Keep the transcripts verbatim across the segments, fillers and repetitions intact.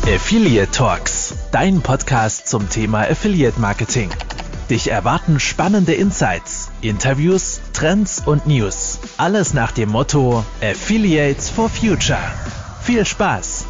Affiliate Talks, dein Podcast zum Thema Affiliate Marketing. Dich erwarten spannende Insights, Interviews, Trends und News. Alles nach dem Motto Affiliates for Future. Viel Spaß!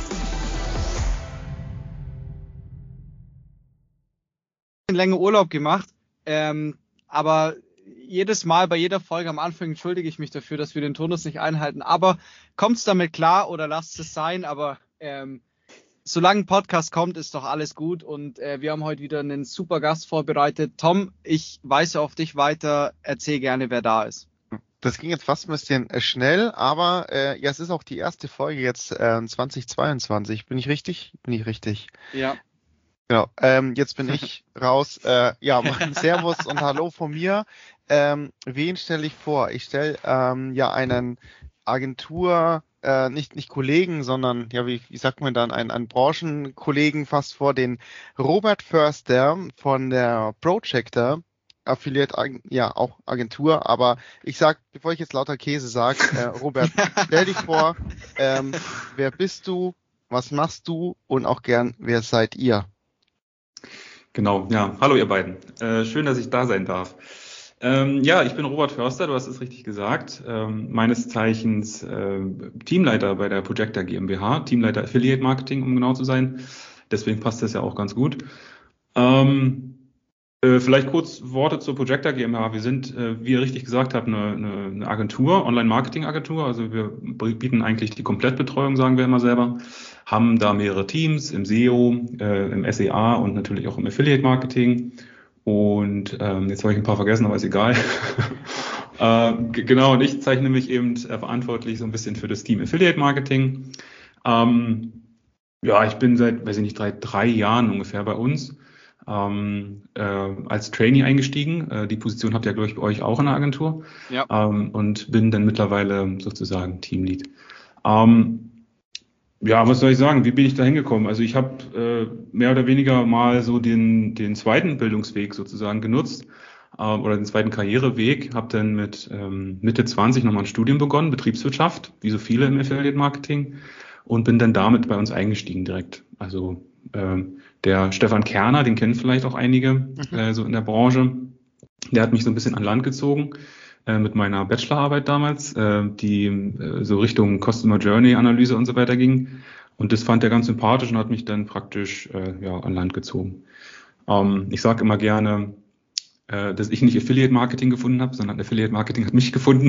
Länger Urlaub gemacht, ähm, aber jedes Mal bei jeder Folge am Anfang entschuldige ich mich dafür, dass wir den Turnus nicht einhalten. Aber kommt's damit klar oder lasst es sein? Aber ähm, solange ein Podcast kommt, ist doch alles gut. Und äh, wir haben heute wieder einen super Gast vorbereitet. Tom, ich weise auf dich weiter. Erzähl gerne, wer da ist. Das ging jetzt fast ein bisschen äh, schnell, aber äh, ja, es ist auch die erste Folge jetzt äh, zweitausendzweiundzwanzig. Bin ich richtig? Bin ich richtig? Ja. Genau, ähm, jetzt bin ich raus. Äh, ja, Servus und Hallo von mir. Ähm, wen stelle ich vor? Ich stelle ähm, ja einen Agentur, äh, nicht nicht Kollegen, sondern ja, wie, wie sagt man dann, einen, einen Branchenkollegen fast vor, den Robert Förster von der Projector, Affiliate, ja auch Agentur. Aber ich sag, bevor ich jetzt lauter Käse sage, äh, Robert, stell dich vor, ähm, wer bist du, was machst du und auch gern, wer seid ihr? Genau, ja. Hallo ihr beiden. Äh, schön, dass ich da sein darf. Ähm, ja, ich bin Robert Förster, du hast es richtig gesagt. Ähm, meines Zeichens äh, Teamleiter bei der Projector GmbH, Teamleiter Affiliate Marketing, um genau zu sein. Deswegen passt das ja auch ganz gut. Ähm, äh, vielleicht kurz Worte zur Projector GmbH. Wir sind, äh, wie ihr richtig gesagt habt, eine, eine, eine Agentur, Online-Marketing-Agentur. Also wir bieten eigentlich die Komplettbetreuung, sagen wir immer selber. Haben da mehrere Teams im S E O, äh, im S E A und natürlich auch im Affiliate-Marketing. Und ähm, jetzt habe ich ein paar vergessen, aber ist egal. äh, g- genau, und ich zeichne mich eben äh, verantwortlich so ein bisschen für das Team Affiliate-Marketing. Ähm, ja, ich bin seit, weiß ich nicht, drei, drei Jahren ungefähr bei uns ähm, äh, als Trainee eingestiegen. Äh, die Position habt ihr, glaube ich, bei euch auch in der Agentur. Ja. Ähm, und bin dann mittlerweile sozusagen Teamlead. Ähm, Ja, was soll ich sagen? Wie bin ich da hingekommen? Also ich habe äh, mehr oder weniger mal so den den zweiten Bildungsweg sozusagen genutzt äh, oder den zweiten Karriereweg. Habe dann mit ähm, Mitte zwanzig nochmal ein Studium begonnen, Betriebswirtschaft, wie so viele im Affiliate Marketing, und bin dann damit bei uns eingestiegen direkt. Also ähm, der Stefan Kerner, den kennen vielleicht auch einige Mhm. äh, so in der Branche, der hat mich so ein bisschen an Land gezogen äh, mit meiner Bachelorarbeit damals, äh, die äh, so Richtung Customer Journey Analyse und so weiter ging. Und das fand er ganz sympathisch und hat mich dann praktisch äh, ja, an Land gezogen. Ähm, ich sage immer gerne, äh, dass ich nicht Affiliate Marketing gefunden habe, sondern Affiliate Marketing hat mich gefunden.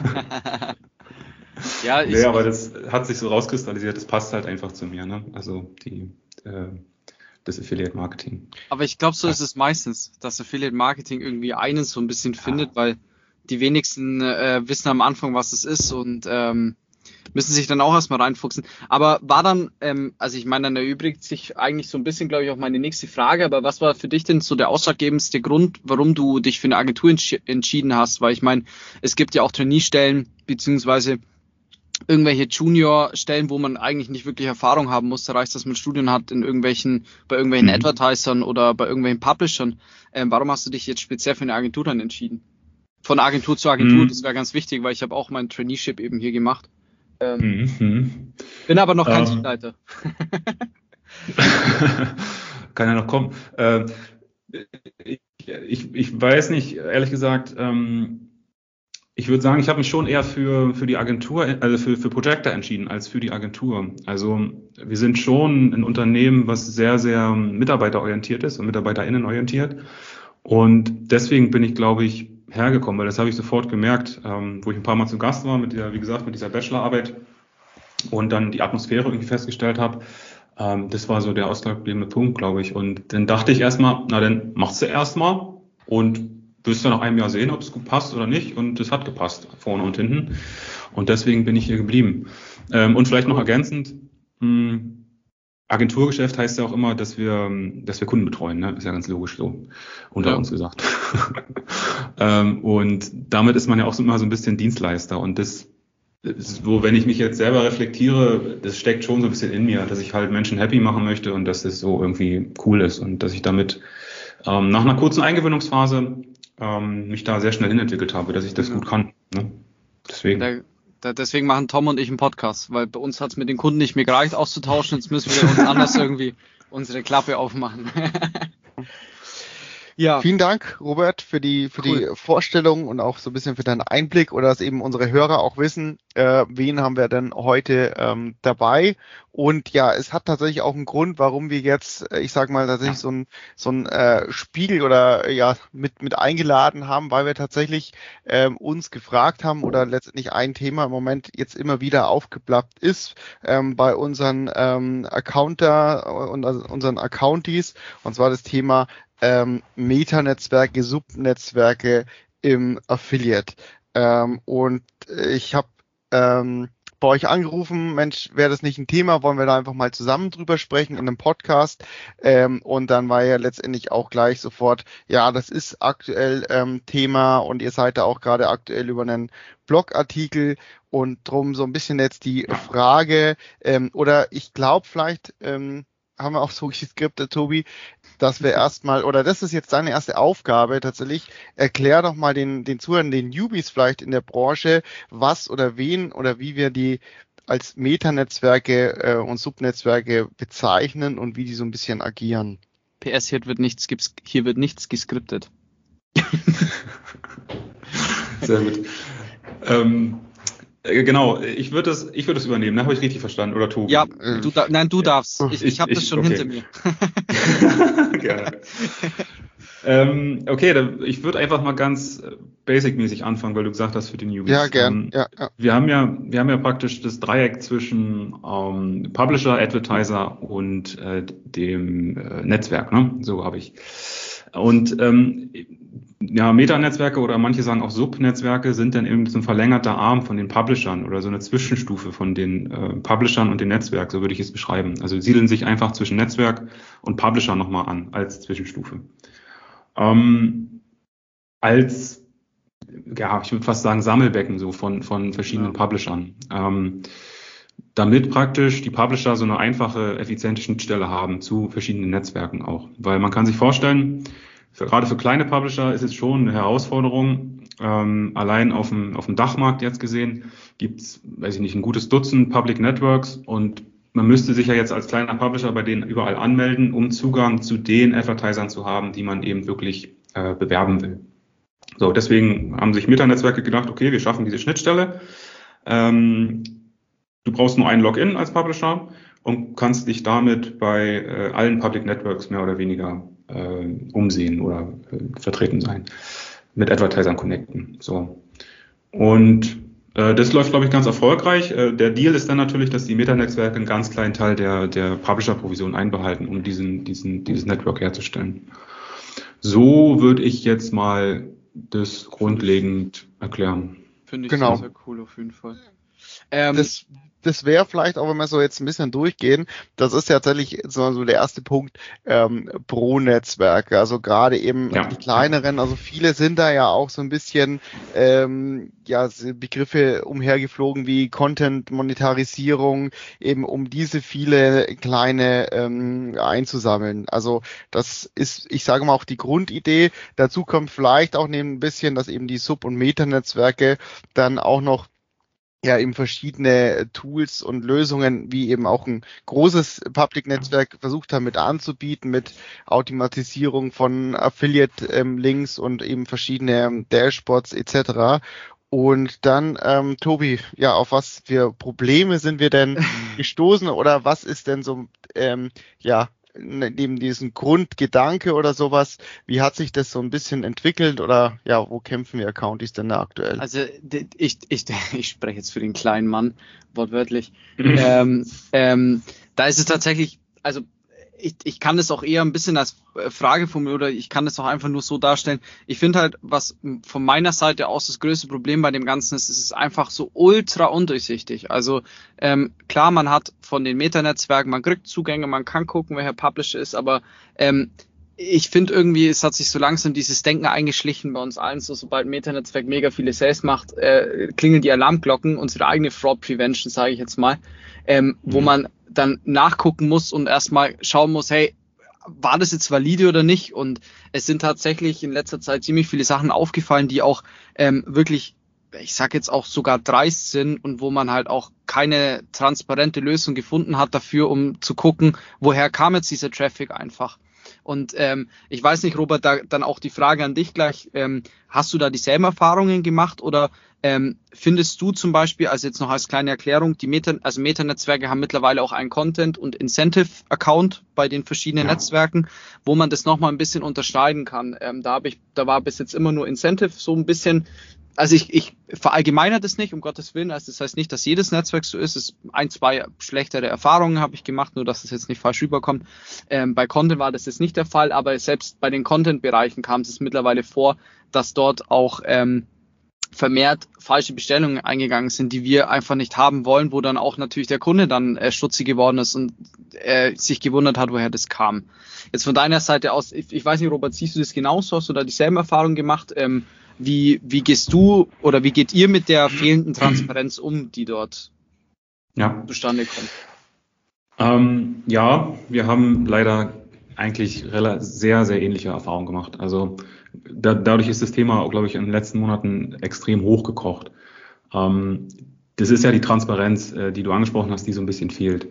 Ja, ich, Nee, aber das hat sich so rauskristallisiert, das passt halt einfach zu mir, ne? Also die äh, das Affiliate Marketing. aber ich glaube, so Ja. ist es meistens, dass Affiliate Marketing irgendwie einen so ein bisschen findet, weil die wenigsten äh, wissen am Anfang, was es ist und ähm, müssen sich dann auch erstmal reinfuchsen. Aber war dann, ähm, also ich meine, dann erübrigt sich eigentlich so ein bisschen, glaube ich, auch meine nächste Frage, aber was war für dich denn so der ausschlaggebendste Grund, warum du dich für eine Agentur entsch- entschieden hast? Weil ich meine, es gibt ja auch Trainee-Stellen, beziehungsweise irgendwelche Junior-Stellen, wo man eigentlich nicht wirklich Erfahrung haben muss. Da reicht, dass man Studien hat in irgendwelchen, bei irgendwelchen Mhm. Advertisern oder bei irgendwelchen Publishern. Ähm, warum hast du dich jetzt speziell für eine Agentur dann entschieden? Von Agentur zu Agentur, Mhm. das wäre ganz wichtig, weil ich habe auch mein Traineeship eben hier gemacht. Ähm, Mhm. Mhm. bin aber noch kein Ähm, Teamleiter. Kann ja noch kommen. Ähm, ich, ich, ich weiß nicht, ehrlich gesagt, ähm, ich würde sagen, ich habe mich schon eher für, für die Agentur, also für, für Projector entschieden, als für die Agentur. Also wir sind schon ein Unternehmen, was sehr, sehr mitarbeiterorientiert ist und MitarbeiterInnen-orientiert. Und deswegen bin ich, glaube ich, hergekommen, weil das habe ich sofort gemerkt, ähm, wo ich ein paar Mal zu Gast war, mit der, wie gesagt, mit dieser Bachelorarbeit und dann die Atmosphäre irgendwie festgestellt habe. Ähm, das war so der ausschlaggebende Punkt, glaube ich. Und dann dachte ich erstmal, na dann machst du erstmal und wirst dann nach einem Jahr sehen, ob es gut passt oder nicht. Und es hat gepasst, vorne und hinten. Und deswegen bin ich hier geblieben. Ähm, und vielleicht noch ergänzend, mh, Agenturgeschäft heißt ja auch immer, dass wir, dass wir Kunden betreuen, ne? Ist ja ganz logisch so, unter Ja. uns gesagt. ähm, und damit ist man ja auch so immer so ein bisschen Dienstleister. Und das ist so, wenn ich mich jetzt selber reflektiere, das steckt schon so ein bisschen in mir, dass ich halt Menschen happy machen möchte und dass das so irgendwie cool ist und dass ich damit ähm, nach einer kurzen Eingewöhnungsphase ähm, mich da sehr schnell hinentwickelt habe, dass ich das Genau. gut kann. Ne? Deswegen. Da, Da, deswegen machen Tom und ich einen Podcast, weil bei uns hat es mit den Kunden nicht mehr gereicht auszutauschen, jetzt müssen wir uns anders irgendwie unsere Klappe aufmachen. Ja. Vielen Dank, Robert, für die für cool. die Vorstellung und auch so ein bisschen für deinen Einblick oder dass eben unsere Hörer auch wissen, äh, wen haben wir denn heute ähm, dabei. Und ja, es hat tatsächlich auch einen Grund, warum wir jetzt, ich sag mal, tatsächlich so ein so ein äh, Spiegel oder ja mit mit eingeladen haben, weil wir tatsächlich ähm, uns gefragt haben oder letztendlich ein Thema im Moment jetzt immer wieder aufgeploppt ist ähm, bei unseren ähm, Accounter und also unseren Accountees, und zwar das Thema Ähm, Meta-Netzwerke, Subnetzwerke im Affiliate. Ähm, und ich habe ähm, bei euch angerufen, Mensch, wäre das nicht ein Thema, wollen wir da einfach mal zusammen drüber sprechen in einem Podcast. Ähm, und dann war ja letztendlich auch gleich sofort, ja, das ist aktuell ähm, Thema und ihr seid da auch gerade aktuell über einen Blogartikel und drum so ein bisschen jetzt die Frage, ähm, oder ich glaube vielleicht, ähm, haben wir auch so geskriptet, Tobi, dass wir erstmal, oder das ist jetzt deine erste Aufgabe tatsächlich, erklär doch mal den, den Zuhörern, den Newbies vielleicht in der Branche, was oder wen oder wie wir die als Meta-Netzwerke äh, und Subnetzwerke bezeichnen und wie die so ein bisschen agieren. P S, hier wird nichts, hier wird nichts geskriptet. Sehr gut. Ähm, Genau, ich würde es, ich würde es übernehmen, da habe ich richtig verstanden, oder Tobi? Ja, du da, nein, du darfst. Ich, ich, ich habe das schon okay. hinter mir. Gerne. ähm, okay, da, ich würde einfach mal ganz basic-mäßig anfangen, weil du gesagt hast für die Newbies. Ja, gern. Ähm, ja, ja. Wir haben ja, wir haben ja praktisch das Dreieck zwischen ähm, Publisher, Advertiser und äh, dem äh, Netzwerk, ne? So habe ich. Und ähm, ja, Meta-Netzwerke oder manche sagen auch Subnetzwerke sind dann eben so ein verlängerter Arm von den Publishern oder so eine Zwischenstufe von den äh, Publishern und dem Netzwerk, so würde ich es beschreiben. Also siedeln sich einfach zwischen Netzwerk und Publisher nochmal an als Zwischenstufe. Ähm, als, ja, ich würde fast sagen Sammelbecken so von von verschiedenen ja. Publishern. Ähm, damit praktisch die Publisher so eine einfache, effiziente Schnittstelle haben zu verschiedenen Netzwerken auch. Weil man kann sich vorstellen, für, gerade für kleine Publisher ist es schon eine Herausforderung. Ähm, allein auf dem, auf dem Dachmarkt jetzt gesehen gibt's, weiß ich nicht, ein gutes Dutzend Public Networks und man müsste sich ja jetzt als kleiner Publisher bei denen überall anmelden, um Zugang zu den Advertisern zu haben, die man eben wirklich äh, bewerben will. So, deswegen haben sich Meta-Netzwerke gedacht, okay, wir schaffen diese Schnittstelle. Ähm, Du brauchst nur ein Login als Publisher und kannst dich damit bei äh, allen Public Networks mehr oder weniger äh, umsehen oder äh, vertreten sein, mit Advertisern connecten. So. Und äh, das läuft, glaube ich, ganz erfolgreich. Äh, der Deal ist dann natürlich, dass die Meta-Netzwerke einen ganz kleinen Teil der, der Publisher-Provision einbehalten, um diesen, diesen, dieses Network herzustellen. So würde ich jetzt mal das grundlegend erklären. Finde ich genau. sehr, sehr cool auf jeden Fall. Ähm, das das wäre vielleicht auch, wenn wir so jetzt ein bisschen durchgehen, das ist ja tatsächlich so, so der erste Punkt, ähm, Pro-Netzwerke, also gerade eben ja. die kleineren, also viele sind da ja auch so ein bisschen ähm, ja Begriffe umhergeflogen wie Content-Monetarisierung, eben um diese viele kleine ähm, einzusammeln. Also das ist, ich sage mal, auch die Grundidee. Dazu kommt vielleicht auch neben ein bisschen, dass eben die Sub- und Meta-Netzwerke dann auch noch ja eben verschiedene Tools und Lösungen, wie eben auch ein großes Public-Netzwerk versucht haben mit anzubieten, mit Automatisierung von Affiliate-Links und eben verschiedene Dashboards et cetera. Und dann, ähm, Tobi, ja, auf was für Probleme sind wir denn gestoßen oder was ist denn so, ähm, ja, neben diesem Grundgedanke oder sowas, wie hat sich das so ein bisschen entwickelt oder ja, wo kämpfen wir Accounties denn da aktuell? Also ich, ich, ich spreche jetzt für den kleinen Mann, wortwörtlich. ähm, ähm, da ist es tatsächlich, also ich, ich kann es auch eher ein bisschen als Frage formulieren oder ich kann es auch einfach nur so darstellen. Ich finde halt, was von meiner Seite aus das größte Problem bei dem Ganzen ist, es ist einfach so ultra undurchsichtig. Also ähm, klar, man hat von den Meta-Netzwerken, man kriegt Zugänge, man kann gucken, wer Publisher ist, aber ähm, ich finde irgendwie, es hat sich so langsam dieses Denken eingeschlichen bei uns allen, so sobald ein Meta-Netzwerk mega viele Sales macht, äh, klingeln die Alarmglocken, unsere eigene Fraud Prevention, sage ich jetzt mal, ähm, mhm. wo man dann nachgucken muss und erstmal schauen muss, hey, war das jetzt valide oder nicht? Und es sind tatsächlich in letzter Zeit ziemlich viele Sachen aufgefallen, die auch ähm, wirklich ich sag jetzt auch sogar dreist sind und wo man halt auch keine transparente Lösung gefunden hat dafür, um zu gucken, woher kam jetzt dieser Traffic einfach. Und ähm, ich weiß nicht, Robert, da dann auch die Frage an dich gleich, ähm, hast du da dieselben Erfahrungen gemacht oder ähm, findest du zum Beispiel, also jetzt noch als kleine Erklärung, die Meta, also Meta-Netzwerke haben mittlerweile auch einen Content- und Incentive-Account bei den verschiedenen ja. Netzwerken, wo man das nochmal ein bisschen unterscheiden kann. Ähm, da habe ich, da war bis jetzt immer nur Incentive so ein bisschen. Also ich, ich verallgemeine das nicht, um Gottes Willen. Also das heißt nicht, dass jedes Netzwerk so ist. Es ein, zwei schlechtere Erfahrungen habe ich gemacht, nur dass es jetzt nicht falsch rüberkommt. Ähm, bei Content war das jetzt nicht der Fall, aber selbst bei den Content-Bereichen kam es mittlerweile vor, dass dort auch ähm, vermehrt falsche Bestellungen eingegangen sind, die wir einfach nicht haben wollen, wo dann auch natürlich der Kunde dann äh, stutzig geworden ist und äh, sich gewundert hat, woher das kam. Jetzt von deiner Seite aus, ich, ich weiß nicht, Robert, siehst du das genauso? Hast du da dieselben Erfahrungen gemacht? Ähm, Wie, wie gehst du oder wie geht ihr mit der fehlenden Transparenz um, die dort ja. zustande kommt? Ähm, ja, wir haben leider eigentlich sehr, sehr ähnliche Erfahrungen gemacht. Also da, dadurch ist das Thema, glaube ich, in den letzten Monaten extrem hochgekocht. Ähm, das ist ja die Transparenz, äh, die du angesprochen hast, die so ein bisschen fehlt.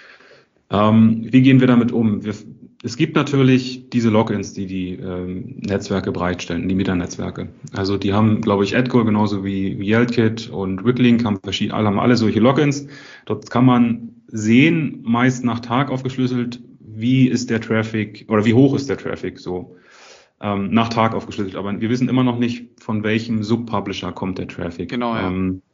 Ähm, wie gehen wir damit um? Wir, es gibt natürlich diese Logins, die die ähm, Netzwerke bereitstellen, die Meta-Netzwerke. Also die haben, glaube ich, AdGo genauso wie, wie Yeltkit und Wicklink haben, verschiedene, haben alle solche Logins. Dort kann man sehen, meist nach Tag aufgeschlüsselt, wie ist der Traffic oder wie hoch ist der Traffic so ähm, nach Tag aufgeschlüsselt. Aber wir wissen immer noch nicht, von welchem Sub-Publisher kommt der Traffic. Genau, ja. Ähm,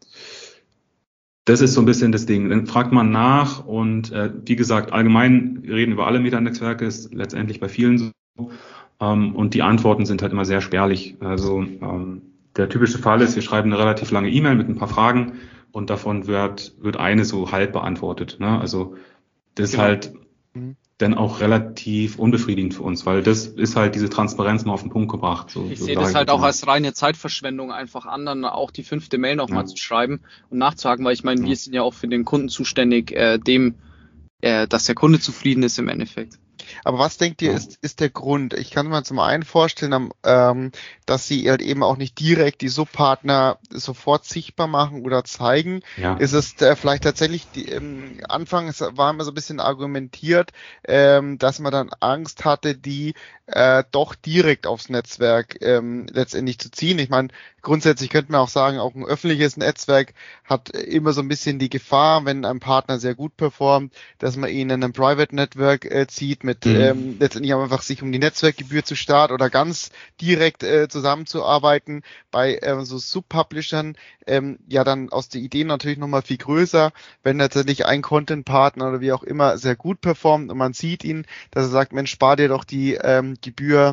Das ist so ein bisschen das Ding. Dann fragt man nach und äh, wie gesagt, allgemein, wir reden über alle Meta-Netzwerke, ist letztendlich bei vielen so. Ähm, und die Antworten sind halt immer sehr spärlich. Also ähm, der typische Fall ist, wir schreiben eine relativ lange E-Mail mit ein paar Fragen und davon wird wird eine so halb beantwortet. Ne? Also das genau. ist halt mhm. dann auch relativ unbefriedigend für uns, weil das ist halt diese Transparenz mal auf den Punkt gebracht. So, ich so sehe das halt auch als reine Zeitverschwendung, einfach anderen auch die fünfte Mail nochmal ja. zu schreiben und nachzuhaken, weil ich meine, ja. wir sind ja auch für den Kunden zuständig, äh, dem, äh, dass der Kunde zufrieden ist im Endeffekt. Aber was denkt ihr, ist, ist der Grund? Ich kann mir zum einen vorstellen, ähm, dass sie halt eben auch nicht direkt die Subpartner sofort sichtbar machen oder zeigen. Ja. Ist es äh, vielleicht tatsächlich, die, ähm, anfangs war immer so ein bisschen argumentiert, ähm, dass man dann Angst hatte, die äh, doch direkt aufs Netzwerk ähm, letztendlich zu ziehen. Ich meine, grundsätzlich könnte man auch sagen, auch ein öffentliches Netzwerk hat immer so ein bisschen die Gefahr, wenn ein Partner sehr gut performt, dass man ihn in einem Private Network äh, zieht, mit mhm. ähm, letztendlich einfach sich um die Netzwerkgebühr zu starten oder ganz direkt äh, zusammenzuarbeiten. Bei äh, so Sub-Publishern ähm, ja dann aus der Idee natürlich nochmal viel größer, wenn tatsächlich ein Content-Partner oder wie auch immer sehr gut performt und man sieht ihn, dass er sagt, Mensch, spar dir doch die ähm, Gebühr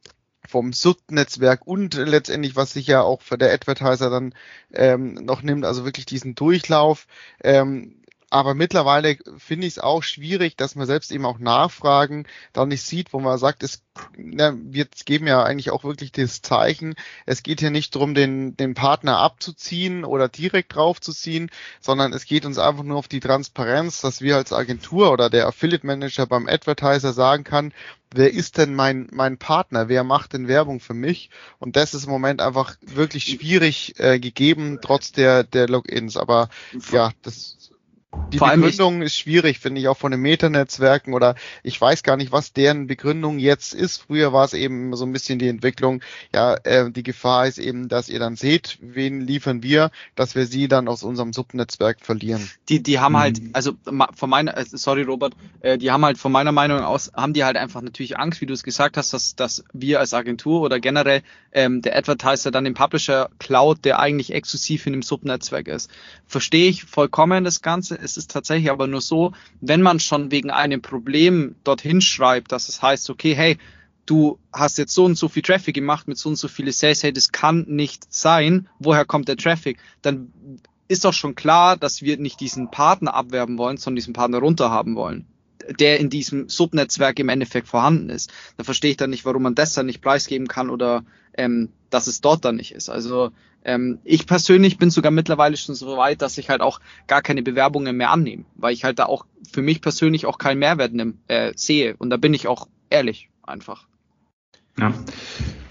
vom Sub-Netzwerk und letztendlich, was sich ja auch für der Advertiser dann ähm, noch nimmt, also wirklich diesen Durchlauf. Ähm, aber mittlerweile finde ich es auch schwierig, dass man selbst eben auch Nachfragen dann nicht sieht, wo man sagt, es, na, wir geben ja eigentlich auch wirklich das Zeichen, es geht hier nicht darum, den, den Partner abzuziehen oder direkt draufzuziehen, sondern es geht uns einfach nur auf die Transparenz, dass wir als Agentur oder der Affiliate Manager beim Advertiser sagen kann, wer ist denn mein mein Partner? Wer macht denn Werbung für mich? Und das ist im Moment einfach wirklich schwierig äh, gegeben, trotz der der Logins. Aber ja, das die Vor Begründung ist schwierig, finde ich, auch von den Meta-Netzwerken oder ich weiß gar nicht, was deren Begründung jetzt ist. Früher war es eben so ein bisschen die Entwicklung, ja, äh, die Gefahr ist eben, dass ihr dann seht, wen liefern wir, dass wir sie dann aus unserem Subnetzwerk verlieren. Die, die haben mhm. halt, also von meiner, sorry Robert, äh, die haben halt von meiner Meinung aus, haben die halt einfach natürlich Angst, wie du es gesagt hast, dass, dass wir als Agentur oder generell ähm, der Advertiser dann den Publisher klaut, der eigentlich exklusiv in dem Subnetzwerk ist. Verstehe ich vollkommen das Ganze. Es ist tatsächlich aber nur so, wenn man schon wegen einem Problem dorthin schreibt, dass es heißt, okay, hey, du hast jetzt so und so viel Traffic gemacht mit so und so viele Sales, hey, das kann nicht sein, woher kommt der Traffic? Dann ist doch schon klar, dass wir nicht diesen Partner abwerben wollen, sondern diesen Partner runterhaben wollen, der in diesem Subnetzwerk im Endeffekt vorhanden ist. Da verstehe ich dann nicht, warum man das dann nicht preisgeben kann oder ähm, dass es dort dann nicht ist. Also ähm, ich persönlich bin sogar mittlerweile schon so weit, dass ich halt auch gar keine Bewerbungen mehr annehme, weil ich halt da auch für mich persönlich auch keinen Mehrwert nehm, äh, sehe. Und da bin ich auch ehrlich einfach. Ja.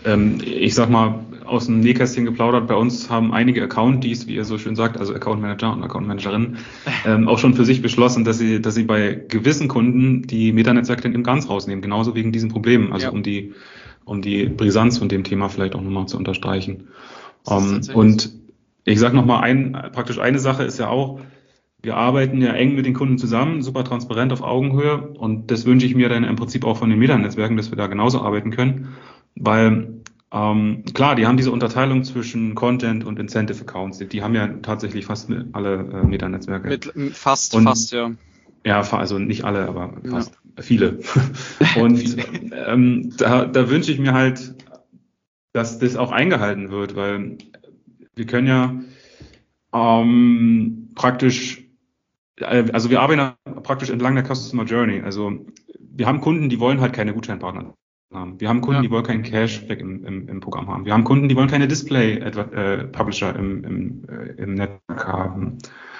ähm, ich sag mal, aus dem Nähkästchen geplaudert, bei uns haben einige Accountees, wie ihr so schön sagt, also Account Manager und Account Managerinnen, ähm, auch schon für sich beschlossen, dass sie, dass sie bei gewissen Kunden die Metanetzwerke dann eben ganz rausnehmen, genauso wegen diesen Problemen, also ja. um die, um die Brisanz von dem Thema vielleicht auch nochmal zu unterstreichen. Um, und ich sage nochmal, ein, praktisch eine Sache ist ja auch, wir arbeiten ja eng mit den Kunden zusammen, super transparent auf Augenhöhe, und das wünsche ich mir dann im Prinzip auch von den Metanetzwerken, dass wir da genauso arbeiten können, weil ähm, klar, die haben diese Unterteilung zwischen Content und Incentive Accounts, die haben ja tatsächlich fast alle äh, Metanetzwerke. Mit, fast, und, fast, ja. Ja, also nicht alle, aber fast ja. viele. Und ähm, da, da wünsche ich mir halt, dass das auch eingehalten wird, weil wir können ja ähm, praktisch, also wir arbeiten ja praktisch entlang der Customer Journey. Also wir haben Kunden, die wollen halt keine Gutscheinpartner haben. Wir haben Kunden, ja. die wollen keinen Cashback im, im, im Programm haben. Wir haben Kunden, die wollen keine Display-Publisher im, im, im Netzwerk haben.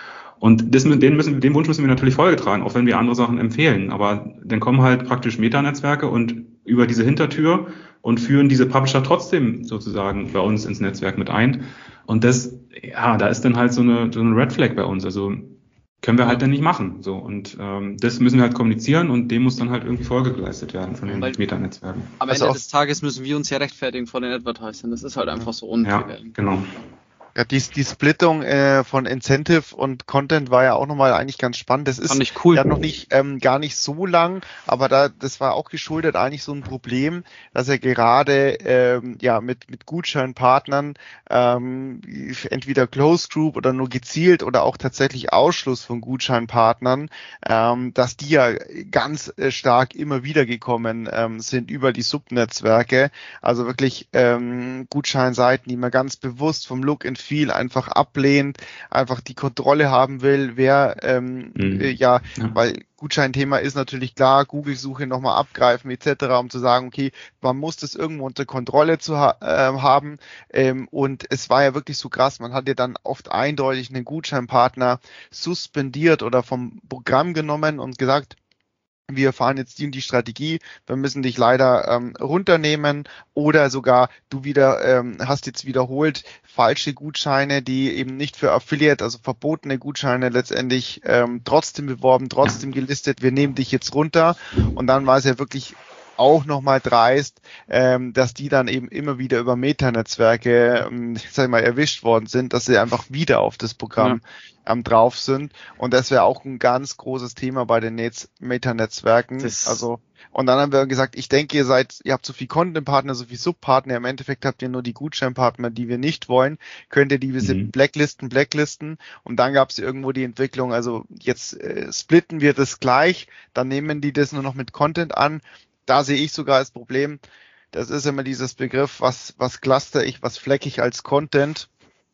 Und das, den, müssen, den Wunsch müssen wir natürlich Folge tragen, auch wenn wir andere Sachen empfehlen. Aber dann kommen halt praktisch Metanetzwerke und über diese Hintertür und führen diese Publisher trotzdem sozusagen bei uns ins Netzwerk mit ein. Und das, ja, da ist dann halt so eine, so eine Red Flag bei uns. Also können wir halt dann nicht machen. So, und ähm, das müssen wir halt kommunizieren, und dem muss dann halt irgendwie Folge geleistet werden von den Weil Metanetzwerken. Am Ende des Tages müssen wir uns ja rechtfertigen vor den Advertisern. Das ist halt einfach so unfair. Ja, genau. Ja, die, die Splittung äh, von Incentive und Content war ja auch nochmal eigentlich ganz spannend. Das ist cool. ja noch nicht ähm, gar nicht so lang, aber da das war auch geschuldet eigentlich so ein Problem, dass er gerade ähm, ja mit mit Gutscheinpartnern ähm, entweder Closed Group oder nur gezielt oder auch tatsächlich Ausschluss von Gutscheinpartnern, ähm, dass die ja ganz äh, stark immer wieder gekommen ähm, sind über die Subnetzwerke. Also wirklich ähm, Gutscheinseiten, die man ganz bewusst vom Look and viel einfach ablehnt, einfach die Kontrolle haben will, wer ähm, mhm. äh, ja, ja, weil Gutscheinthema ist natürlich klar, Google-Suche nochmal abgreifen et cetera, um zu sagen, okay, man muss das irgendwo unter Kontrolle zu ha- äh, haben, ähm, und es war ja wirklich so krass, man hat ja dann oft eindeutig einen Gutscheinpartner suspendiert oder vom Programm genommen und gesagt, wir fahren jetzt die und die Strategie, wir müssen dich leider ähm, runternehmen, oder sogar du wieder ähm, hast jetzt wiederholt falsche Gutscheine, die eben nicht für Affiliate, also verbotene Gutscheine letztendlich ähm, trotzdem beworben, trotzdem gelistet, wir nehmen dich jetzt runter. Und dann war es ja wirklich auch nochmal dreist, ähm, dass die dann eben immer wieder über Metanetzwerke, ähm, sag ich mal, erwischt worden sind, dass sie einfach wieder auf das Programm ja. ähm, drauf sind. Und das wäre auch ein ganz großes Thema bei den Netz- Metanetzwerken. Das also und dann haben wir gesagt, ich denke, ihr seid, ihr habt so viel Content-Partner, so viel Subpartner, im Endeffekt habt ihr nur die Gutscheinpartner, die wir nicht wollen, könnt ihr diese mhm. Blacklisten, Blacklisten, und dann gab es irgendwo die Entwicklung, also jetzt äh, splitten wir das gleich, dann nehmen die das nur noch mit Content an. Da sehe ich sogar das Problem, das ist immer dieses Begriff, was, was cluster ich, was flecke ich als Content.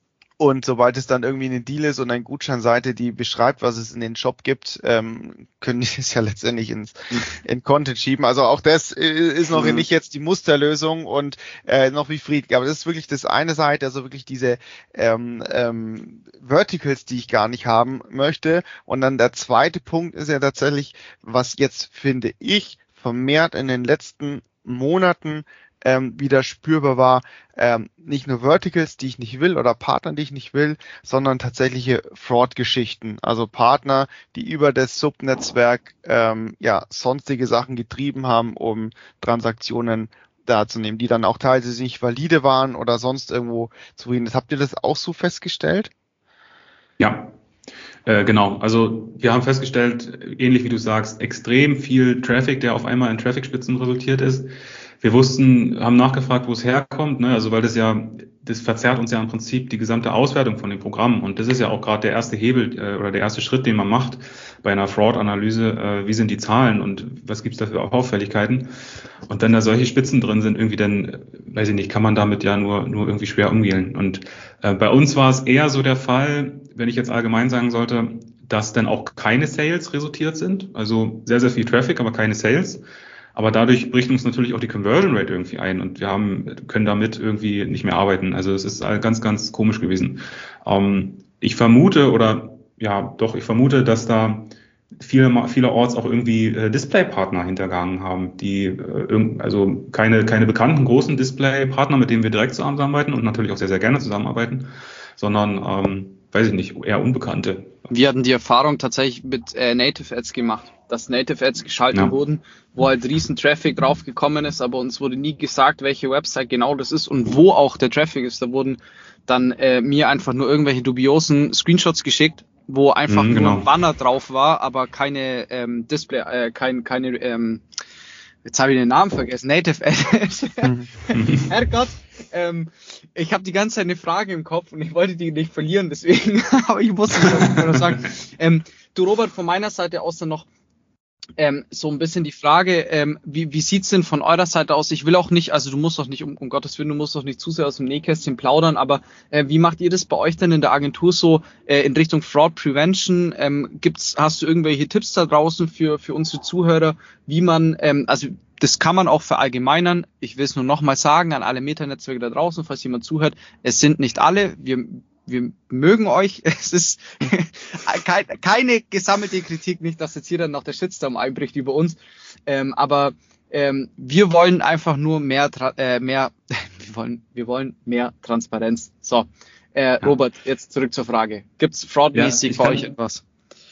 Und sobald es dann irgendwie eine Deal ist und eine Gutscheinseite, die beschreibt, was es in den Shop gibt, ähm, können die es ja letztendlich ins in Content schieben. Also auch das ist noch mhm. nicht jetzt die Musterlösung und äh, noch wie Fried. Aber das ist wirklich das eine Seite, also wirklich diese ähm, ähm, Verticals, die ich gar nicht haben möchte. Und dann der zweite Punkt ist ja tatsächlich, was jetzt, finde ich, vermehrt in den letzten Monaten ähm, wieder spürbar war, ähm, nicht nur Verticals, die ich nicht will, oder Partner, die ich nicht will, sondern tatsächliche Fraud-Geschichten. Also Partner, die über das Subnetzwerk ähm, ja sonstige Sachen getrieben haben, um Transaktionen darzunehmen, die dann auch teilweise nicht valide waren oder sonst irgendwo zu reden. Habt ihr das auch so festgestellt? Ja. Äh, genau, also wir haben festgestellt, ähnlich wie du sagst, extrem viel Traffic, der auf einmal in Traffic-Spitzen resultiert ist. Wir wussten, haben nachgefragt, wo es herkommt, ne? Also weil das ja, das verzerrt uns ja im Prinzip die gesamte Auswertung von dem Programm, und das ist ja auch gerade der erste Hebel äh, oder der erste Schritt, den man macht bei einer Fraud-Analyse. Äh, wie sind die Zahlen und was gibt's da für Auffälligkeiten? Und wenn da solche Spitzen drin sind, irgendwie dann, weiß ich nicht, kann man damit ja nur nur irgendwie schwer umgehen. Und äh, bei uns war es eher so der Fall, wenn ich jetzt allgemein sagen sollte, dass dann auch keine Sales resultiert sind, also sehr, sehr viel Traffic, aber keine Sales. Aber dadurch bricht uns natürlich auch die Conversion Rate irgendwie ein, und wir haben, können damit irgendwie nicht mehr arbeiten. Also es ist ganz, ganz komisch gewesen. Ähm, ich vermute, oder ja, doch, ich vermute, dass da viele, vielerorts auch irgendwie äh, Displaypartner hintergangen haben, die äh, also keine, keine bekannten großen Displaypartner, mit denen wir direkt zusammenarbeiten und natürlich auch sehr, sehr gerne zusammenarbeiten, sondern, ähm, weiß ich nicht, eher Unbekannte. Wir hatten die Erfahrung tatsächlich mit äh, Native Ads gemacht, dass Native Ads geschaltet ja. wurden, wo halt riesen Traffic drauf gekommen ist, aber uns wurde nie gesagt, welche Website genau das ist und wo auch der Traffic ist. Da wurden dann äh, mir einfach nur irgendwelche dubiosen Screenshots geschickt, wo einfach mhm, genau. nur ein Banner drauf war, aber keine ähm, Display, äh, kein, keine, ähm, jetzt habe ich den Namen vergessen, Native Ads. Herrgott, ähm, ich habe die ganze Zeit eine Frage im Kopf und ich wollte die nicht verlieren, deswegen, aber ich musste es noch sagen. Ähm, du Robert, von meiner Seite aus dann noch ähm, so ein bisschen die Frage, ähm, wie, wie sieht's denn von eurer Seite aus? Ich will auch nicht, also du musst doch nicht, um, um Gottes Willen, du musst doch nicht zu sehr aus dem Nähkästchen plaudern, aber äh, wie macht ihr das bei euch denn in der Agentur so äh, in Richtung Fraud Prevention? Ähm, gibt's, hast du irgendwelche Tipps da draußen für, für unsere Zuhörer, wie man, ähm, also das kann man auch verallgemeinern. Ich will es nur nochmal sagen an alle Meta-Netzwerke da draußen, falls jemand zuhört. Es sind nicht alle. Wir, wir mögen euch. Es ist keine, keine gesammelte Kritik, nicht, dass jetzt hier dann noch der Shitstorm einbricht über uns. Ähm, aber ähm, wir wollen einfach nur mehr, äh, mehr. wir wollen, wir wollen mehr Transparenz. So, äh, ja. Robert, jetzt zurück zur Frage. Gibt's fraudmäßig ja, bei euch etwas?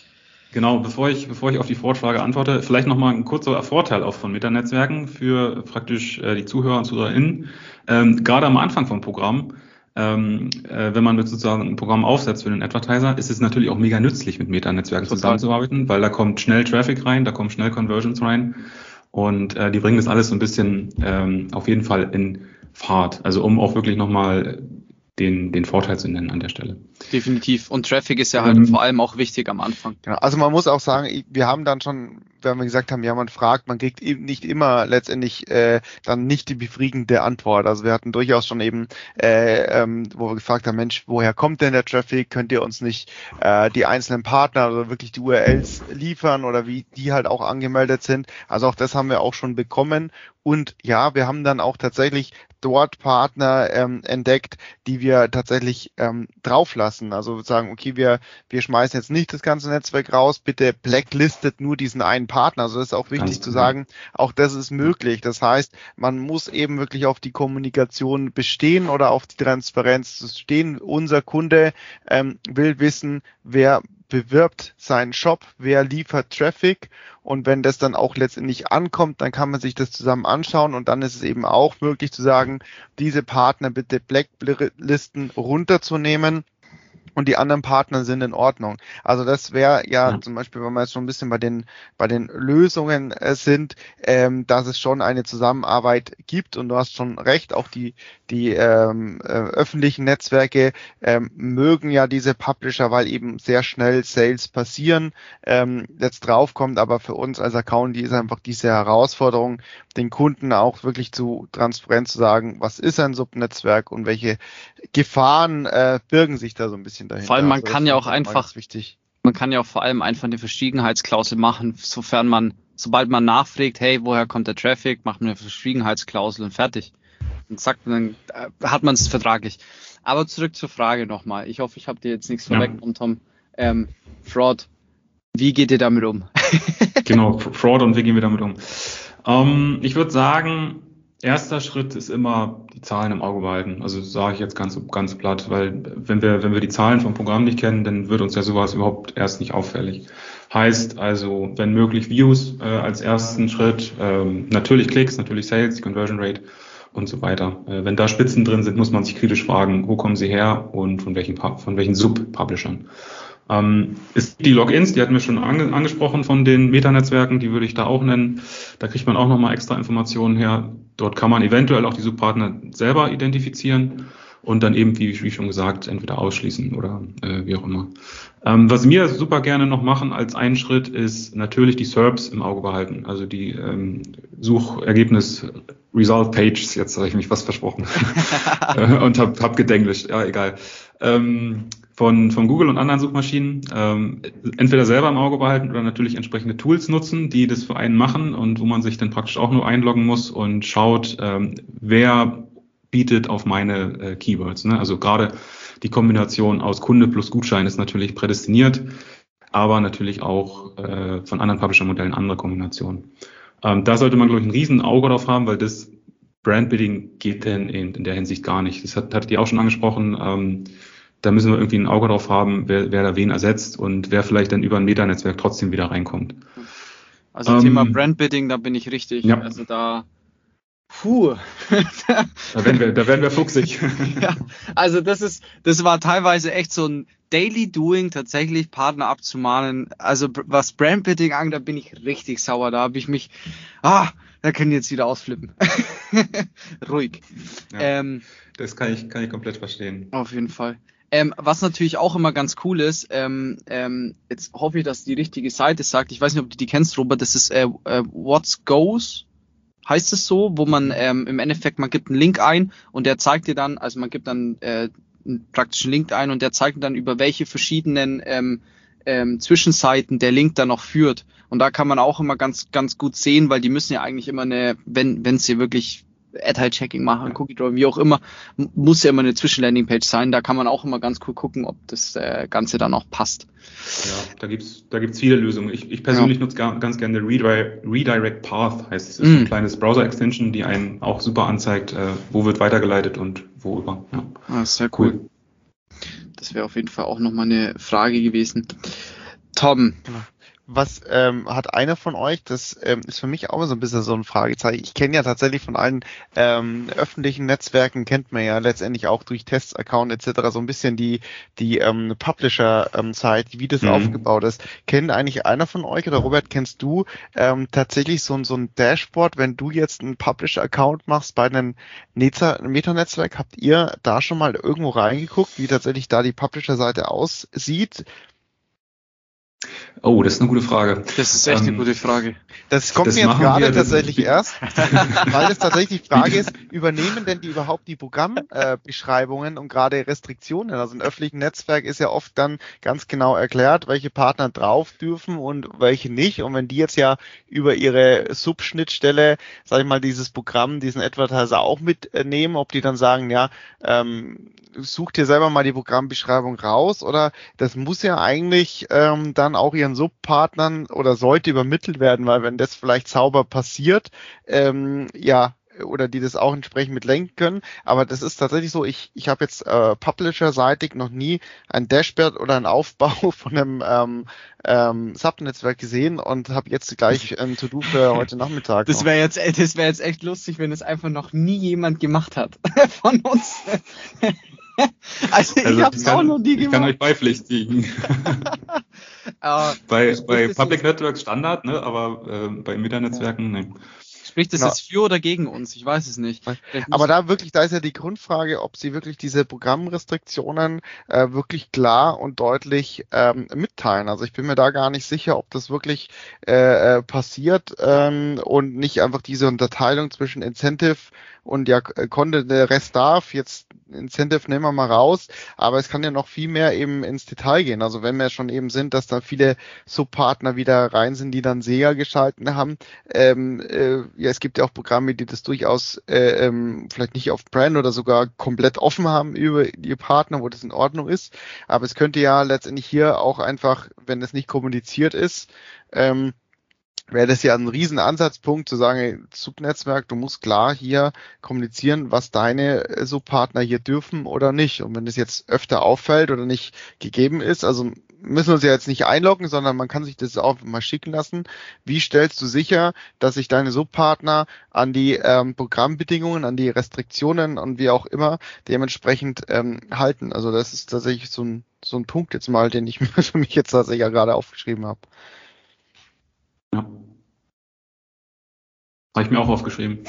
Genau, bevor ich, bevor ich auf die Fraud-Frage antworte, vielleicht nochmal ein kurzer Vorteil auch von Meta-Netzwerken für praktisch äh, die Zuhörer und ZuhörerInnen. Ähm, gerade am Anfang vom Programm, ähm, äh, wenn man sozusagen ein Programm aufsetzt für den Advertiser, ist es natürlich auch mega nützlich, mit Meta-Netzwerken zusammenzuarbeiten, weil da kommt schnell Traffic rein, da kommen schnell Conversions rein und äh, die bringen das alles so ein bisschen ähm, auf jeden Fall in Fahrt. Also um auch wirklich nochmal Den, den Vorteil zu nennen an der Stelle. Definitiv. Und Traffic ist ja halt ähm, vor allem auch wichtig am Anfang. Genau. Also man muss auch sagen, wir haben dann schon, wenn wir gesagt haben, ja, man fragt, man kriegt eben nicht immer letztendlich äh, dann nicht die befriedigende Antwort. Also wir hatten durchaus schon eben, äh, ähm, wo wir gefragt haben, Mensch, woher kommt denn der Traffic? Könnt ihr uns nicht äh, die einzelnen Partner oder wirklich die U R Ls liefern oder wie die halt auch angemeldet sind? Also auch das haben wir auch schon bekommen. Und ja, wir haben dann auch tatsächlich dort Partner ähm, entdeckt, die wir tatsächlich ähm, drauflassen. Also sagen, okay, wir wir schmeißen jetzt nicht das ganze Netzwerk raus, bitte blacklistet nur diesen einen Partner. Also das ist auch wichtig Ganz zu sagen, auch das ist möglich. Das heißt, man muss eben wirklich auf die Kommunikation bestehen oder auf die Transparenz stehen. Unser Kunde ähm, will wissen, wer bewirbt seinen Shop, wer liefert Traffic, und wenn das dann auch letztendlich ankommt, dann kann man sich das zusammen anschauen und dann ist es eben auch möglich zu sagen, diese Partner bitte Blacklisten runterzunehmen und die anderen Partner sind in Ordnung. Also das wäre ja, ja zum Beispiel, wenn wir jetzt schon ein bisschen bei den bei den Lösungen äh, sind, ähm, dass es schon eine Zusammenarbeit gibt, und du hast schon recht, auch die die ähm, äh, öffentlichen Netzwerke ähm, mögen ja diese Publisher, weil eben sehr schnell Sales passieren, ähm, jetzt draufkommt, aber für uns als Account, die ist einfach diese Herausforderung, den Kunden auch wirklich zu transparent zu sagen, was ist ein Subnetzwerk und welche Gefahren äh, birgen sich da so ein bisschen dahinter. Vor allem, man also kann ja auch einfach, man kann ja auch vor allem einfach eine Verschwiegenheitsklausel machen, sofern man, sobald man nachfragt, hey, woher kommt der Traffic, macht man eine Verschwiegenheitsklausel und fertig. Und sagt man, dann äh, hat man es vertraglich. Aber zurück zur Frage nochmal. Ich hoffe, ich habe dir jetzt nichts ja. vorweggenommen, Tom. Ähm, Fraud, wie geht ihr damit um? Genau, Fraud und wie gehen wir damit um? Ähm, ich würde sagen, erster Schritt ist immer die Zahlen im Auge behalten. Also sage ich jetzt ganz ganz platt, weil wenn wir wenn wir die Zahlen vom Programm nicht kennen, dann wird uns ja sowas überhaupt erst nicht auffällig. Heißt also, wenn möglich Views äh, als ersten Schritt, ähm, natürlich Klicks, natürlich Sales, die Conversion Rate und so weiter. Äh, wenn da Spitzen drin sind, muss man sich kritisch fragen, wo kommen sie her und von welchen von welchen Sub-Publishern. Ähm, ist die Logins, die hatten wir schon ange- angesprochen von den Meta-Netzwerken, die würde ich da auch nennen. Da kriegt man auch nochmal extra Informationen her. Dort kann man eventuell auch die Subpartner selber identifizieren und dann eben, wie, wie schon gesagt, entweder ausschließen oder äh, wie auch immer. Ähm, was wir super gerne noch machen als einen Schritt, ist natürlich die S E R Ps im Auge behalten. Also die ähm, Suchergebnis Result Pages, jetzt habe ich mich was versprochen und hab, hab gedenglischt, ja egal. Ähm, von, von Google und anderen Suchmaschinen ähm, entweder selber im Auge behalten oder natürlich entsprechende Tools nutzen, die das für einen machen und wo man sich dann praktisch auch nur einloggen muss und schaut, ähm, wer bietet auf meine äh, Keywords. Ne? Also gerade die Kombination aus Kunde plus Gutschein ist natürlich prädestiniert. aber natürlich auch äh, von anderen Publisher-Modellen andere Kombinationen. Ähm, da sollte man, glaube ich, ein riesen Auge drauf haben, weil das Brandbidding geht denn in, in der Hinsicht gar nicht. Das hat, hattet ihr auch schon angesprochen. Ähm, da müssen wir irgendwie ein Auge drauf haben, wer, wer da wen ersetzt und wer vielleicht dann über ein Meta-Netzwerk trotzdem wieder reinkommt. Also ähm, Thema Brandbidding, da bin ich richtig. Ja. Also da Puh. Da werden wir, da werden wir fuchsig. Ja, also das ist, das war teilweise echt so ein Daily Doing, tatsächlich Partner abzumahnen. Also was Brandbidding angeht, da bin ich richtig sauer. Da habe ich mich, ah, da können die jetzt wieder ausflippen. Ruhig. Ja, ähm, das kann ich, kann ich komplett verstehen. Auf jeden Fall. Ähm, was natürlich auch immer ganz cool ist, ähm, ähm, jetzt hoffe ich, dass die richtige Seite sagt, ich weiß nicht, ob du die kennst, Robert, das ist äh, äh, What's Goes. Heißt es so, wo man ähm, im Endeffekt, man gibt einen Link ein und der zeigt dir dann, also man gibt dann äh, einen praktischen Link ein und der zeigt dir dann, über welche verschiedenen ähm, ähm, Zwischenseiten der Link dann noch führt. Und da kann man auch immer ganz ganz gut sehen, weil die müssen ja eigentlich immer eine, wenn wenn sie wirklich Ad-High-Checking machen, Cookie-Drawing, wie auch immer, muss ja immer eine Zwischenlanding-Page sein. Da kann man auch immer ganz cool gucken, ob das äh, Ganze dann auch passt. Ja, da gibt's da gibt's viele Lösungen. Ich, ich persönlich ja. nutze gar, ganz gerne Redirect, Redirect Path, heißt es. Das ist mm. ein kleines Browser-Extension, die einem auch super anzeigt, äh, wo wird weitergeleitet und wo über. Ja. Ah, sehr cool. cool. Das wäre auf jeden Fall auch nochmal eine Frage gewesen. Tom. Genau. Was ähm, hat einer von euch, das ähm, ist für mich auch so ein bisschen so ein Fragezeichen. Ich kenne ja tatsächlich von allen ähm, öffentlichen Netzwerken, kennt man ja letztendlich auch durch Tests, Account et cetera so ein bisschen die die ähm, Publisher-Seite, ähm, wie das mhm. aufgebaut ist. Kennt eigentlich einer von euch oder Robert, kennst du ähm, tatsächlich so, so ein Dashboard, wenn du jetzt einen Publisher-Account machst bei einem Meta-Netzwerk, habt ihr da schon mal irgendwo reingeguckt, wie tatsächlich da die Publisher-Seite aussieht? Oh, das ist eine gute Frage. Das ist echt ähm, eine gute Frage. Das kommt das mir jetzt gerade tatsächlich erst, weil das tatsächlich die Frage ist, übernehmen denn die überhaupt die Programmbeschreibungen äh, und gerade Restriktionen? Also im öffentlichen Netzwerk ist ja oft dann ganz genau erklärt, welche Partner drauf dürfen und welche nicht. Und wenn die jetzt ja über ihre Subschnittstelle, sag ich mal, dieses Programm, diesen Advertiser auch mitnehmen, ob die dann sagen, ja, ähm, such dir selber mal die Programmbeschreibung raus, oder das muss ja eigentlich ähm, dann auch ihren Subpartnern oder sollte übermittelt werden, weil wenn das vielleicht sauber passiert, ähm, ja, oder die das auch entsprechend mit lenken können, aber das ist tatsächlich so, ich ich habe jetzt äh, Publisher-seitig noch nie ein Dashboard oder einen Aufbau von einem ähm, ähm, Subnetzwerk gesehen und habe jetzt gleich ein To-Do für heute Nachmittag. Das wäre jetzt, das wäre jetzt echt lustig, wenn es einfach noch nie jemand gemacht hat von uns. Also ich also habe es auch noch nie gemacht. Ich kann euch beipflichtigen. uh, bei bei Public Networks Standard, ne, aber äh, bei Meta-Netzwerken, ja. ne. Sprich, das genau. ist für oder gegen uns? Ich weiß es nicht. Aber da wirklich, da ist ja die Grundfrage, ob sie wirklich diese Programmrestriktionen äh, wirklich klar und deutlich ähm, mitteilen. Also ich bin mir da gar nicht sicher, ob das wirklich äh, passiert ähm, und nicht einfach diese Unterteilung zwischen Incentive und ja, Content, der Rest darf, jetzt Incentive nehmen wir mal raus, aber es kann ja noch viel mehr eben ins Detail gehen. Also wenn wir schon eben sind, dass da viele Subpartner wieder rein sind, die dann S E A geschalten haben, ähm, äh, ja, es gibt ja auch Programme, die das durchaus äh, ähm, vielleicht nicht auf Brand oder sogar komplett offen haben über die Partner, wo das in Ordnung ist, aber es könnte ja letztendlich hier auch einfach, wenn es nicht kommuniziert ist, ähm, wäre das ja ein riesen Ansatzpunkt zu sagen, Subnetzwerk, du musst klar hier kommunizieren, was deine Subpartner hier dürfen oder nicht. Und wenn das jetzt öfter auffällt oder nicht gegeben ist, also müssen wir uns ja jetzt nicht einloggen, sondern man kann sich das auch mal schicken lassen. Wie stellst du sicher, dass sich deine Subpartner an die ähm, Programmbedingungen, an die Restriktionen und wie auch immer dementsprechend ähm, halten? Also das ist tatsächlich so ein, so ein Punkt jetzt mal, den ich mir für mich jetzt tatsächlich ja gerade aufgeschrieben habe. Ja. Habe ich mir auch aufgeschrieben.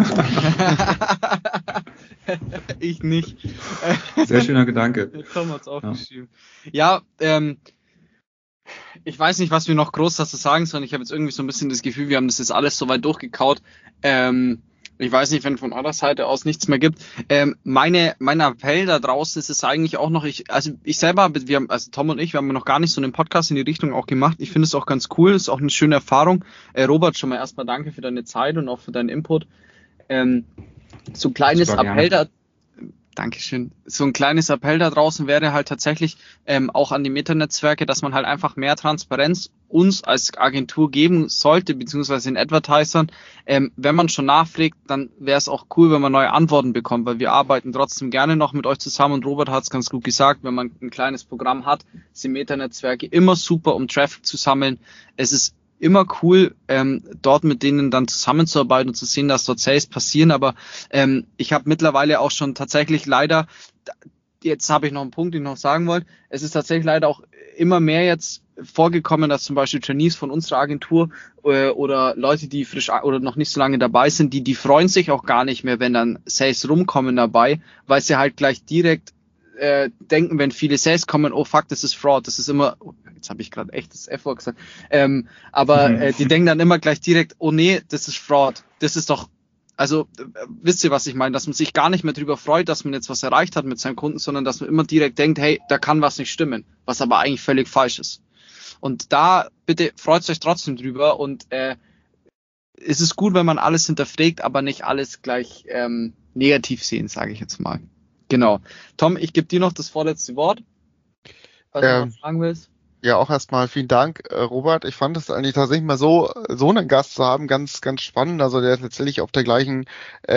Ich nicht. Sehr schöner Gedanke. Tom hat's aufgeschrieben. Ja, ja ähm, ich weiß nicht, was wir noch groß dazu sagen sollen. Ich habe jetzt irgendwie so ein bisschen das Gefühl, wir haben das jetzt alles so weit durchgekaut. Ähm, ich weiß nicht, wenn von eurer Seite aus nichts mehr gibt. Ähm, meine, mein Appell da draußen ist es eigentlich auch noch, ich, also ich selber, wir haben, also Tom und ich, wir haben noch gar nicht so einen Podcast in die Richtung auch gemacht. Ich finde es auch ganz cool, ist auch eine schöne Erfahrung. Äh, Robert, schon mal erstmal danke für deine Zeit und auch für deinen Input. Ähm, so ein kleines Appell da, Dankeschön. So ein kleines Appell da draußen wäre halt tatsächlich ähm, auch an die Meta-Netzwerke, dass man halt einfach mehr Transparenz uns als Agentur geben sollte, beziehungsweise den Advertisern. Ähm, wenn man schon nachfragt, dann wäre es auch cool, wenn man neue Antworten bekommt, weil wir arbeiten trotzdem gerne noch mit euch zusammen und Robert hat es ganz gut gesagt, wenn man ein kleines Programm hat, sind Meta-Netzwerke immer super, um Traffic zu sammeln. Es ist immer cool, ähm, dort mit denen dann zusammenzuarbeiten und zu sehen, dass dort Sales passieren, aber ähm, ich habe mittlerweile auch schon tatsächlich leider, jetzt habe ich noch einen Punkt, den ich noch sagen wollte, es ist tatsächlich leider auch immer mehr jetzt vorgekommen, dass zum Beispiel Trainees von unserer Agentur äh, oder Leute, die frisch oder noch nicht so lange dabei sind, die die freuen sich auch gar nicht mehr, wenn dann Sales rumkommen dabei, weil sie halt gleich direkt äh, denken, wenn viele Sales kommen, oh fuck, das ist Fraud, das ist immer, oh, jetzt habe ich gerade echt das F-Wort gesagt, ähm, aber äh, die denken dann immer gleich direkt, oh nee, das ist Fraud, das ist doch, also äh, wisst ihr, was ich meine, dass man sich gar nicht mehr darüber freut, dass man jetzt was erreicht hat mit seinem Kunden, sondern dass man immer direkt denkt, hey, da kann was nicht stimmen, was aber eigentlich völlig falsch ist. Und da bitte freut euch trotzdem drüber und äh, es ist gut, wenn man alles hinterfragt, aber nicht alles gleich ähm, negativ sehen, sage ich jetzt mal. Genau. Tom, ich gebe dir noch das vorletzte Wort, was ähm, du noch fragen willst. Ja, auch erstmal vielen Dank, äh, Robert. Ich fand es eigentlich tatsächlich mal so, so einen Gast zu haben, ganz, ganz spannend. Also der tatsächlich auf der gleichen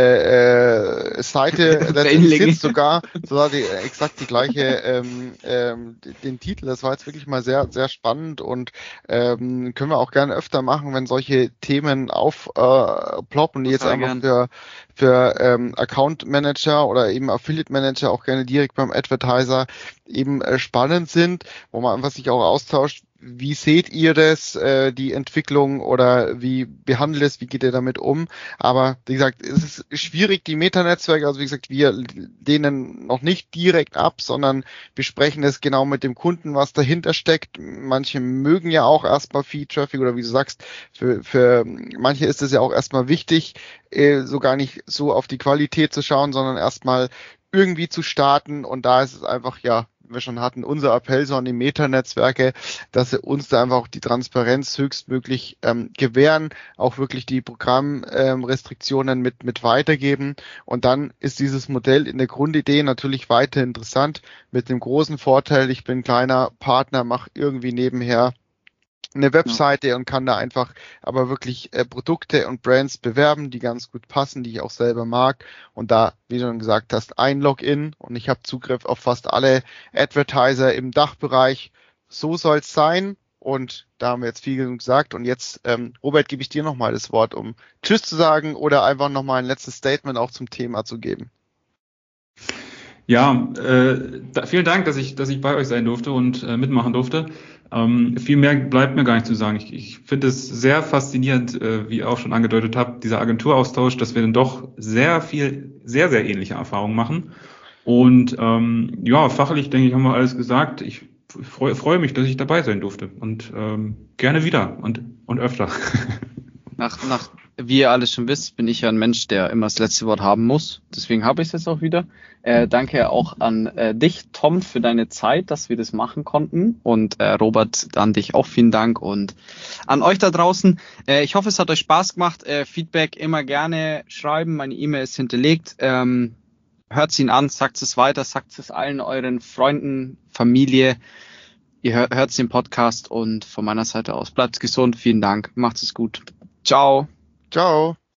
äh, äh, Seite letztendlich sitzt, sogar, sogar die, exakt die gleiche, ähm, ähm, den Titel. Das war jetzt wirklich mal sehr, sehr spannend und ähm, können wir auch gerne öfter machen, wenn solche Themen aufploppen, äh, die jetzt einfach gern. für für ähm, Account Manager oder eben Affiliate Manager auch gerne direkt beim Advertiser eben äh, spannend sind, wo man einfach sich auch austauscht. Wie seht ihr das, äh, die Entwicklung oder wie behandelt es, wie geht ihr damit um? Aber wie gesagt, es ist schwierig, die Meta-Netzwerke, also wie gesagt, wir lehnen noch nicht direkt ab, sondern besprechen es genau mit dem Kunden, was dahinter steckt. Manche mögen ja auch erstmal Feed-Traffic oder wie du sagst, für, für manche ist es ja auch erstmal wichtig, äh, so gar nicht so auf die Qualität zu schauen, sondern erstmal irgendwie zu starten und da ist es einfach, ja, wir schon hatten, unser Appell so an die Meta-Netzwerke, dass sie uns da einfach auch die Transparenz höchstmöglich ähm, gewähren, auch wirklich die Programmrestriktionen ähm, mit mit weitergeben und dann ist dieses Modell in der Grundidee natürlich weiter interessant mit dem großen Vorteil, ich bin kleiner Partner, mache irgendwie nebenher eine Webseite ja. und kann da einfach aber wirklich äh, Produkte und Brands bewerben, die ganz gut passen, die ich auch selber mag und da, wie du schon gesagt hast, ein Login und ich habe Zugriff auf fast alle Advertiser im Dachbereich. So soll es sein und da haben wir jetzt viel genug gesagt und jetzt, ähm, Robert, gebe ich dir nochmal das Wort, um Tschüss zu sagen oder einfach nochmal ein letztes Statement auch zum Thema zu geben. Ja, äh, da, vielen Dank, dass ich, dass ich bei euch sein durfte und äh, mitmachen durfte. Ähm, viel mehr bleibt mir gar nicht zu sagen. Ich, ich finde es sehr faszinierend, äh, wie ihr auch schon angedeutet habt, dieser Agenturaustausch, dass wir dann doch sehr viel, sehr, sehr ähnliche Erfahrungen machen. Und ähm, ja, fachlich, denke ich, haben wir alles gesagt. Ich freue, freue mich, dass ich dabei sein durfte und ähm, gerne wieder und, und öfter. Nach, nach, wie ihr alles schon wisst, bin ich ja ein Mensch, der immer das letzte Wort haben muss. Deswegen habe ich es jetzt auch wieder. Äh, danke auch an äh, dich, Tom, für deine Zeit, dass wir das machen konnten. Und äh, Robert, an dich auch vielen Dank. Und an euch da draußen, äh, ich hoffe, es hat euch Spaß gemacht. Äh, Feedback immer gerne schreiben. Meine E-Mail ist hinterlegt. Ähm, hört ihn an, sagt es weiter, sagt es allen euren Freunden, Familie. Ihr hört, hört den Podcast und von meiner Seite aus bleibt gesund. Vielen Dank. Macht es gut. Ciao. Ciao.